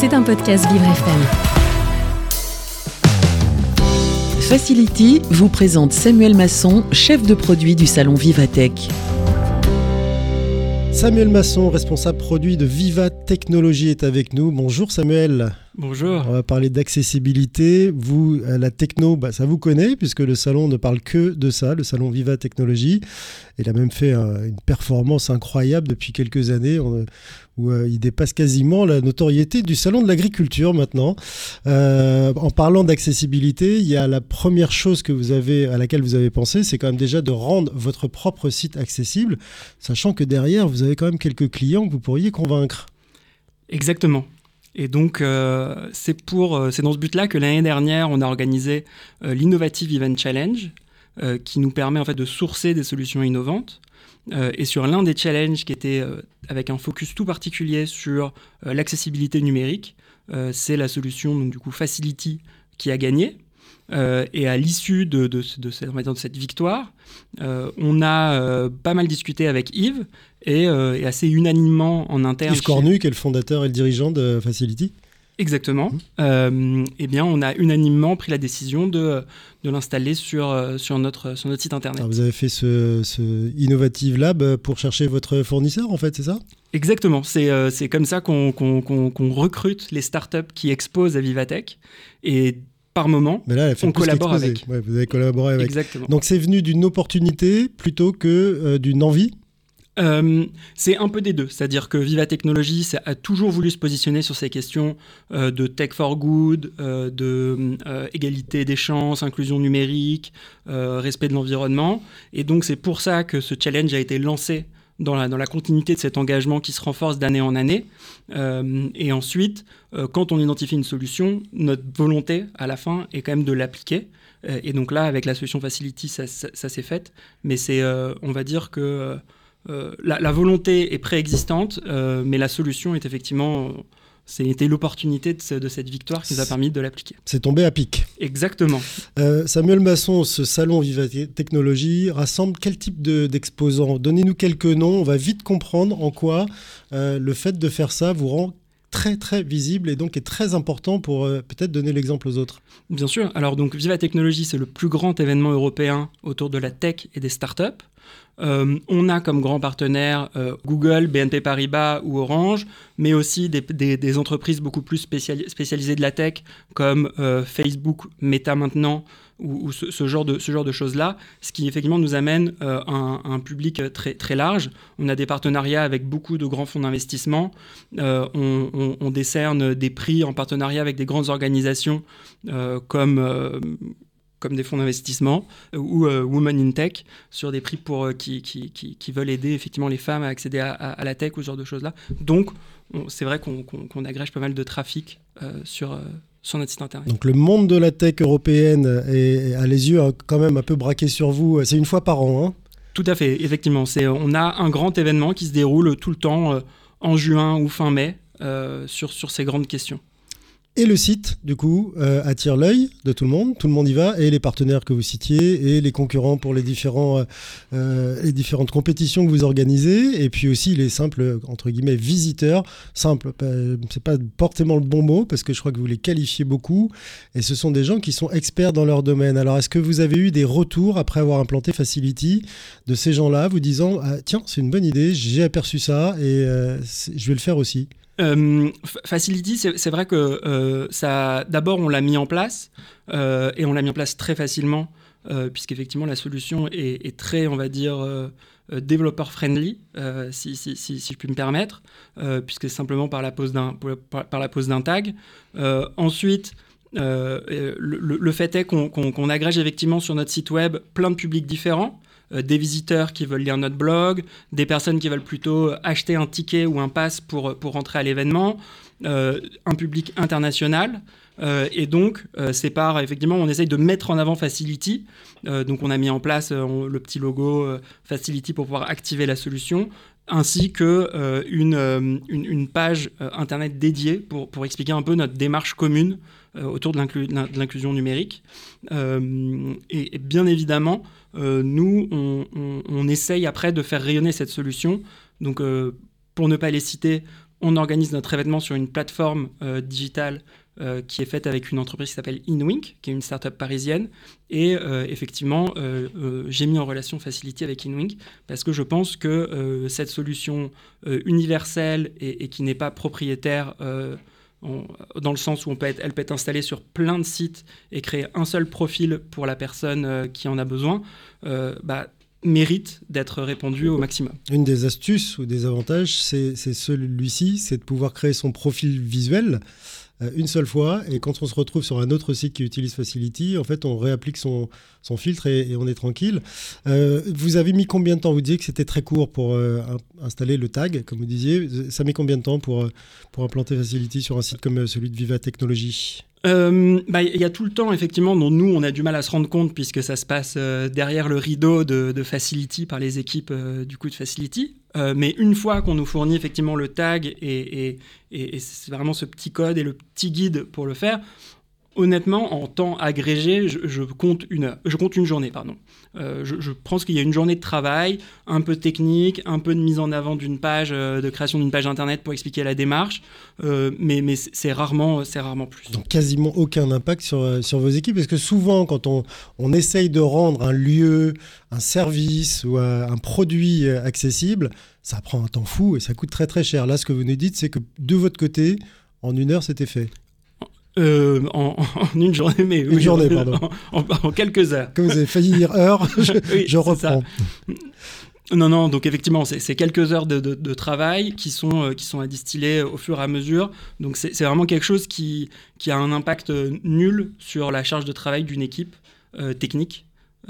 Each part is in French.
C'est un podcast Vivre FM. Facility vous présente Samuel Masson, chef de produit du salon Vivatech. Samuel Masson, responsable produit de Viva Technologies, est avec nous. Bonjour Samuel. Bonjour. On va parler d'accessibilité. Vous, la techno, ça vous connaît puisque le salon ne parle que de ça, le salon Viva Technologies. Il a même fait une performance incroyable depuis quelques années où il dépasse quasiment la notoriété du salon de l'agriculture maintenant. En parlant d'accessibilité, il y a la première chose à laquelle vous avez pensé, c'est quand même déjà de rendre votre propre site accessible, sachant que derrière, vous avez quand même quelques clients que vous pourriez convaincre. Exactement. Et donc, c'est dans ce but-là que l'année dernière, on a organisé l'Innovative Event Challenge, qui nous permet en fait de sourcer des solutions innovantes. Et sur l'un des challenges qui était avec un focus tout particulier sur l'accessibilité numérique, c'est la solution donc, du coup, Facility qui a gagné. Et à l'issue de cette victoire, on a pas mal discuté avec Yves et assez unanimement en interne. Yves Cornu, qui est le fondateur et le dirigeant de Facility. Exactement. Eh bien, on a unanimement pris la décision de l'installer sur notre site internet. Alors vous avez fait ce Innovative Lab pour chercher votre fournisseur, en fait, c'est ça ? Exactement. C'est comme ça qu'on recrute les startups qui exposent à Vivatech. Et par moment, mais là, on collabore avec. Ouais, vous avez collaboré avec. Exactement. Donc c'est venu d'une opportunité plutôt que d'une envie ? C'est un peu des deux, c'est-à-dire que Viva Technologies a toujours voulu se positionner sur ces questions de tech for good, égalité des chances, inclusion numérique, respect de l'environnement, et donc c'est pour ça que ce challenge a été lancé dans la continuité de cet engagement qui se renforce d'année en année. Et ensuite, quand on identifie une solution, notre volonté à la fin est quand même de l'appliquer. Et donc là, avec la solution Facility, ça s'est fait, mais on va dire que la volonté est préexistante, mais la solution est effectivement... C'était l'opportunité de cette victoire qui nous a permis de l'appliquer. C'est tombé à pic. Exactement. Samuel Masson, ce salon Viva Technologies rassemble quel type d'exposants ? Donnez-nous quelques noms, on va vite comprendre en quoi le fait de faire ça vous rend très très visible et donc est très important pour peut-être donner l'exemple aux autres. Bien sûr. Alors donc Viva Technologies, c'est le plus grand événement européen autour de la tech et des startups. On a comme grands partenaires Google, BNP Paribas ou Orange, mais aussi des entreprises beaucoup plus spécialisées de la tech comme Facebook, Meta maintenant, ou ce genre de choses-là, ce qui effectivement nous amène un public très, très large. On a des partenariats avec beaucoup de grands fonds d'investissement. On décerne des prix en partenariat avec des grandes organisations comme des fonds d'investissement ou Women in Tech, sur des prix qui veulent aider effectivement les femmes à accéder à la tech ou ce genre de choses-là. Donc, c'est vrai qu'on agrège pas mal de trafic sur notre site internet. Donc le monde de la tech européenne a les yeux quand même un peu braqués sur vous. C'est une fois par an, hein ? Tout à fait, effectivement. On a un grand événement qui se déroule tout le temps en juin ou fin mai sur ces grandes questions. Et le site, du coup, attire l'œil de tout le monde y va, et les partenaires que vous citiez, et les concurrents pour les différentes compétitions que vous organisez, et puis aussi les simples, entre guillemets, visiteurs. Simples, c'est pas forcément le bon mot, parce que je crois que vous les qualifiez beaucoup, et ce sont des gens qui sont experts dans leur domaine. Alors, est-ce que vous avez eu des retours, après avoir implanté Facility, de ces gens-là, vous disant « Tiens, c'est une bonne idée, j'ai aperçu ça, et je vais le faire aussi ». Facility, c'est vrai que d'abord on l'a mis en place et on l'a mis en place très facilement puisqu'effectivement la solution est très, on va dire, développeur friendly, si je puis me permettre, puisque c'est simplement par la pose d'un tag. Ensuite, le fait est qu'on agrège effectivement sur notre site web plein de publics différents. Des visiteurs qui veulent lire notre blog, des personnes qui veulent plutôt acheter un ticket ou un pass pour rentrer à l'événement, un public international. Et donc, effectivement, on essaye de mettre en avant Facility. Donc, on a mis en place le petit logo Facility pour pouvoir activer la solution, ainsi que une page internet dédiée pour expliquer un peu notre démarche commune autour de l'inclusion numérique. Et bien évidemment, nous, on essaye après de faire rayonner cette solution. Donc, pour ne pas les citer, on organise notre événement sur une plateforme digitale qui est faite avec une entreprise qui s'appelle InWink, qui est une start-up parisienne. Et effectivement, j'ai mis en relation Facility avec InWink parce que je pense que cette solution universelle et qui n'est pas propriétaire, dans le sens où elle peut être installée sur plein de sites et créer un seul profil pour la personne qui en a besoin, mérite d'être répandue au maximum. Une des astuces ou des avantages, c'est celui-ci, c'est de pouvoir créer son profil visuel une seule fois, et quand on se retrouve sur un autre site qui utilise Facility, en fait, on réapplique son filtre et on est tranquille. Vous avez mis combien de temps ? Vous disiez que c'était très court pour installer le tag, comme vous disiez. Ça met combien de temps pour implanter Facility sur un site comme celui de Viva Technologies ? Il y a tout le temps, effectivement, dont nous, on a du mal à se rendre compte puisque ça se passe derrière le rideau de Facility par les équipes du coup de Facility. Mais une fois qu'on nous fournit effectivement le tag et c'est vraiment ce petit code et le petit guide pour le faire, honnêtement, en temps agrégé, je compte une journée, pardon. Je pense qu'il y a une journée de travail, un peu technique, un peu de mise en avant d'une page, de création d'une page internet pour expliquer la démarche, mais c'est rarement plus. Donc quasiment aucun impact sur vos équipes, parce que souvent quand on essaye de rendre un lieu, un service ou un produit accessible, ça prend un temps fou et ça coûte très très cher. Là, ce que vous nous dites, c'est que de votre côté, en 1 heure, c'était fait. En une journée, mais une journée, pardon. En quelques heures. Comme vous avez failli dire heure, je reprends. Non, donc effectivement, c'est quelques heures de travail qui sont à distiller au fur et à mesure. Donc c'est vraiment quelque chose qui a un impact nul sur la charge de travail d'une équipe technique.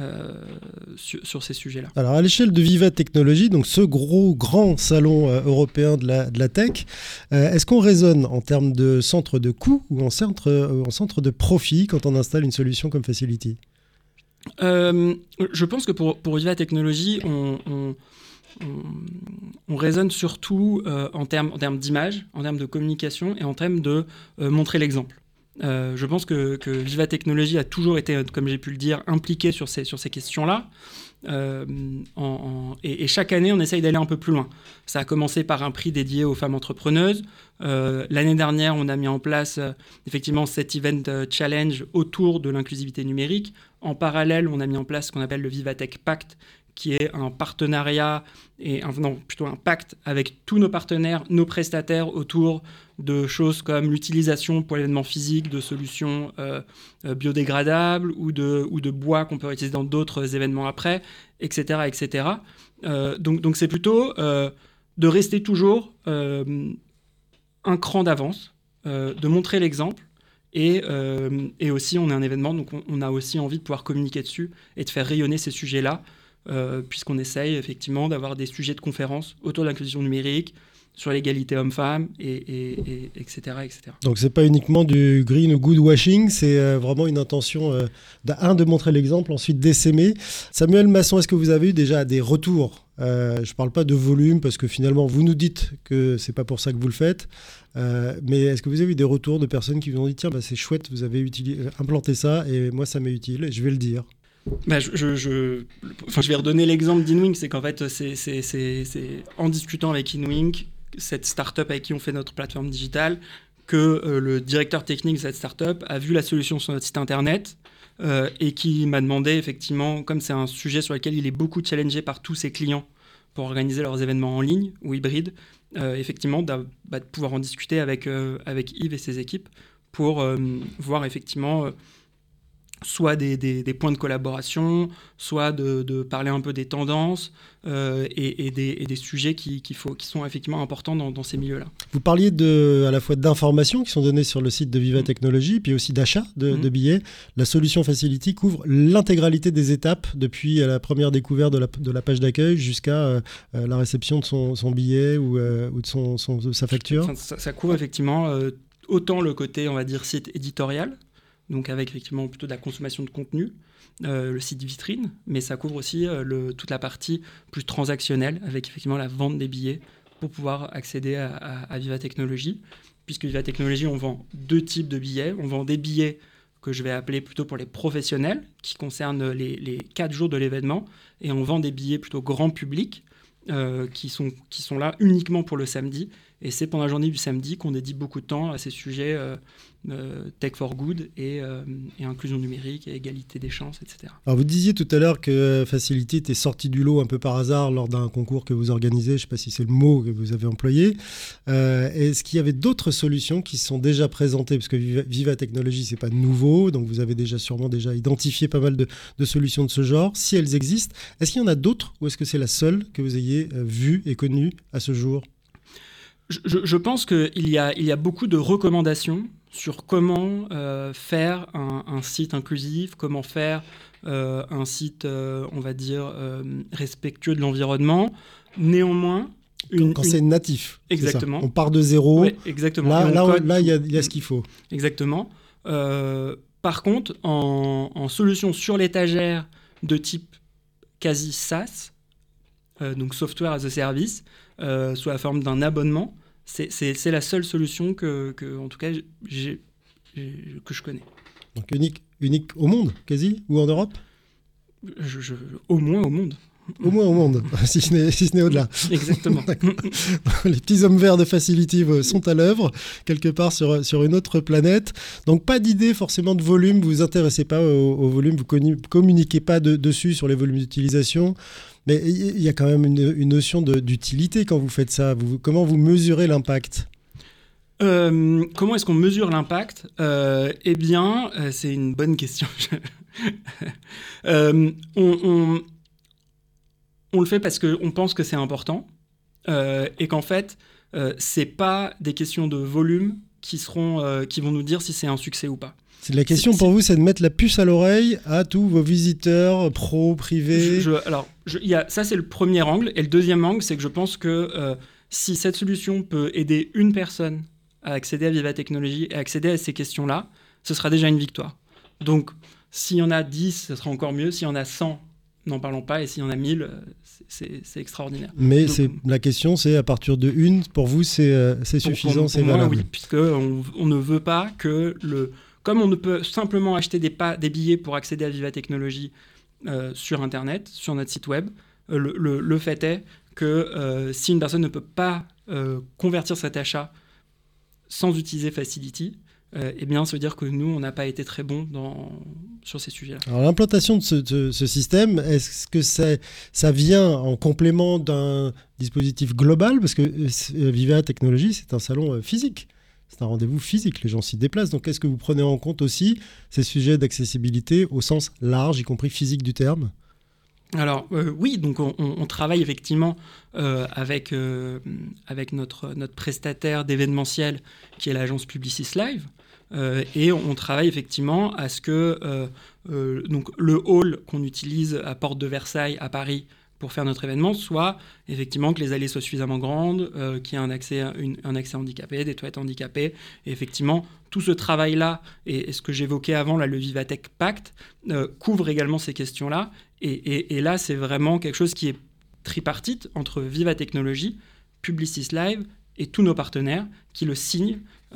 Sur ces sujets-là. Alors à l'échelle de Viva Technologies, donc ce grand salon européen de la tech, est-ce qu'on raisonne en termes de centre de coût ou en centre de profit quand on installe une solution comme Facility ? Je pense que pour Viva Technologies, on raisonne surtout en termes d'image, en termes de communication et en termes de montrer l'exemple. Je pense que Viva Technologies a toujours été, comme j'ai pu le dire, impliqué sur ces questions-là. Et chaque année, on essaye d'aller un peu plus loin. Ça a commencé par un prix dédié aux femmes entrepreneuses. L'année dernière, on a mis en place effectivement cet event challenge autour de l'inclusivité numérique. En parallèle, on a mis en place ce qu'on appelle le Vivatech Pact, qui est un partenariat un pacte avec tous nos partenaires, nos prestataires autour de choses comme l'utilisation pour l'événement physique de solutions biodégradables ou de bois qu'on peut utiliser dans d'autres événements après, etc. etc. Donc c'est plutôt de rester toujours un cran d'avance, de montrer l'exemple. Et aussi, on est un événement, donc on a aussi envie de pouvoir communiquer dessus et de faire rayonner ces sujets-là, puisqu'on essaye effectivement d'avoir des sujets de conférences autour de l'inclusion numérique, sur l'égalité homme-femme, etc., etc. Donc c'est pas uniquement du green ou good washing, c'est vraiment une intention de montrer l'exemple, ensuite d'essaimer. Samuel Masson, est-ce que vous avez eu déjà des retours ? Je parle pas de volume, parce que finalement vous nous dites que c'est pas pour ça que vous le faites, mais est-ce que vous avez eu des retours de personnes qui vous ont dit tiens, c'est chouette, vous avez implanté ça et moi ça m'est utile, et je vais le dire. Je vais redonner l'exemple d'InWink, c'est qu'en fait c'est en discutant avec InWink, cette start-up avec qui on fait notre plateforme digitale, que le directeur technique de cette start-up a vu la solution sur notre site internet et qui m'a demandé effectivement, comme c'est un sujet sur lequel il est beaucoup challengé par tous ses clients pour organiser leurs événements en ligne ou hybrides, effectivement de pouvoir en discuter avec Yves et ses équipes pour voir effectivement soit des points de collaboration, soit de parler un peu des tendances et des sujets qui sont effectivement importants dans ces milieux-là. Vous parliez à la fois d'informations qui sont données sur le site de Viva Technologies, puis aussi d'achat de billets. La solution Facility couvre l'intégralité des étapes, depuis la première découverte de la page d'accueil jusqu'à la réception de son billet ou de sa facture. Ça couvre effectivement autant le côté, on va dire, site éditorial, donc avec effectivement plutôt de la consommation de contenu, le site vitrine, mais ça couvre aussi toute la partie plus transactionnelle, avec effectivement la vente des billets pour pouvoir accéder à Viva Technologies, puisque Viva Technologies, on vend 2 types de billets. On vend des billets que je vais appeler plutôt pour les professionnels, qui concernent les 4 jours de l'événement, et on vend des billets plutôt grand public, qui sont là uniquement pour le samedi, Et c'est pendant la journée du samedi qu'on dédie beaucoup de temps à ces sujets Tech for Good et inclusion numérique et égalité des chances, etc. Alors vous disiez tout à l'heure que Facility était sorti du lot un peu par hasard lors d'un concours que vous organisez, je ne sais pas si c'est le mot que vous avez employé. Est-ce qu'il y avait d'autres solutions qui se sont déjà présentées? Parce que Viva Technologies, ce n'est pas nouveau, donc vous avez sûrement déjà identifié pas mal de solutions de ce genre. Si elles existent, est-ce qu'il y en a d'autres ou est-ce que c'est la seule que vous ayez vue et connue à ce jour? Je pense qu'il y a beaucoup de recommandations sur comment faire un site inclusif, comment faire un site, on va dire, respectueux de l'environnement. Néanmoins... Quand c'est natif. Exactement. On part de zéro. Oui, exactement. Là, il y a ce qu'il faut. Exactement. Par contre, en solution sur l'étagère de type quasi SaaS, donc Software as a Service, sous la forme d'un abonnement, c'est la seule solution que en tout cas, que je connais. Donc unique au monde, quasi, ou en Europe? Au moins au monde. Au moins au monde, si ce n'est au-delà. Exactement. Les petits hommes verts de Facility sont à l'œuvre, quelque part sur une autre planète. Donc pas d'idée forcément de volume, vous vous intéressez pas au volume, vous communiquez pas dessus sur les volumes d'utilisation. Mais il y a quand même une notion d'utilité quand vous faites ça. Comment vous mesurez l'impact ? Comment est-ce qu'on mesure l'impact ? Eh bien, c'est une bonne question. On le fait parce qu'on pense que c'est important et qu'en fait, c'est pas des questions de volume qui vont nous dire si c'est un succès ou pas. C'est la question pour vous, c'est de mettre la puce à l'oreille à tous vos visiteurs pro, privés. Ça, c'est le premier angle. Et le deuxième angle, c'est que je pense que si cette solution peut aider une personne à accéder à Viva Technologies et accéder à ces questions-là, ce sera déjà une victoire. Donc, s'il y en a 10, ce sera encore mieux. S'il y en a 100, n'en parlons pas. Et s'il y en a 1000, c'est extraordinaire. Mais la question, c'est à partir de une, pour vous, c'est suffisant, c'est valable. Oui, puisqu'on ne veut pas que comme on ne peut simplement acheter des billets pour accéder à Viva Technologies sur Internet, sur notre site web, le fait est que si une personne ne peut pas convertir cet achat sans utiliser Facility, eh bien, ça veut dire que nous, on n'a pas été très bons sur ces sujets-là. Alors, l'implantation de ce système, est-ce que ça vient en complément d'un dispositif global ? Parce que Viva Technologies, c'est un salon physique. C'est un rendez-vous physique, les gens s'y déplacent. Donc, est-ce que vous prenez en compte aussi ces sujets d'accessibilité au sens large, y compris physique du terme ? Alors oui, donc on travaille effectivement avec notre prestataire d'événementiel qui est l'agence Publicis Live et on travaille effectivement à ce que donc le hall qu'on utilise à Porte de Versailles à Paris pour faire notre événement soit effectivement que les allées soient suffisamment grandes, qu'il y ait un accès handicapé, des toilettes handicapées. Et effectivement, tout ce travail-là et ce que j'évoquais avant, là, le Vivatech Pact, couvre également ces questions-là. Et là, c'est vraiment quelque chose qui est tripartite entre Viva Technologies, Publicis Live et tous nos partenaires qui le signent.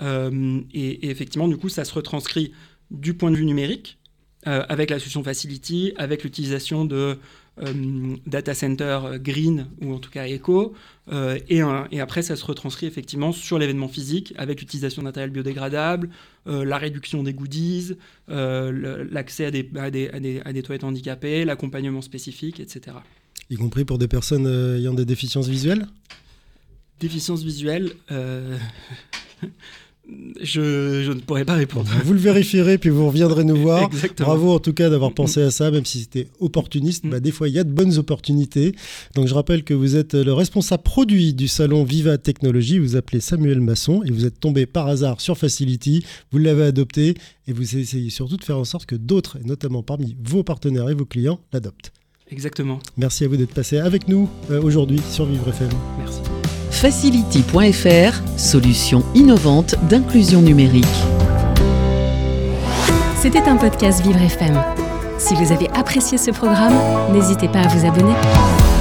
Et effectivement, du coup, ça se retranscrit du point de vue numérique, avec la solution Facility, avec l'utilisation de data center green ou en tout cas éco, et après ça se retranscrit effectivement sur l'événement physique avec l'utilisation de matériel biodégradable, la réduction des goodies, l'accès à des toilettes handicapées, l'accompagnement spécifique, etc. Y compris pour des personnes ayant des déficiences visuelles ? Déficience visuelle je ne pourrais pas répondre. Vous le vérifierez, puis vous reviendrez nous voir. Exactement. Bravo en tout cas d'avoir pensé à ça, même si c'était opportuniste. Des fois, il y a de bonnes opportunités. Donc je rappelle que vous êtes le responsable produit du salon Viva Technologies. Vous appelez Samuel Masson et vous êtes tombé par hasard sur Facility. Vous l'avez adopté et vous essayez surtout de faire en sorte que d'autres, et notamment parmi vos partenaires et vos clients, l'adoptent. Exactement. Merci à vous d'être passé avec nous aujourd'hui sur Vivre FM. Merci. Facility.fr, solution innovante d'inclusion numérique. C'était un podcast Vivre FM. Si vous avez apprécié ce programme, n'hésitez pas à vous abonner.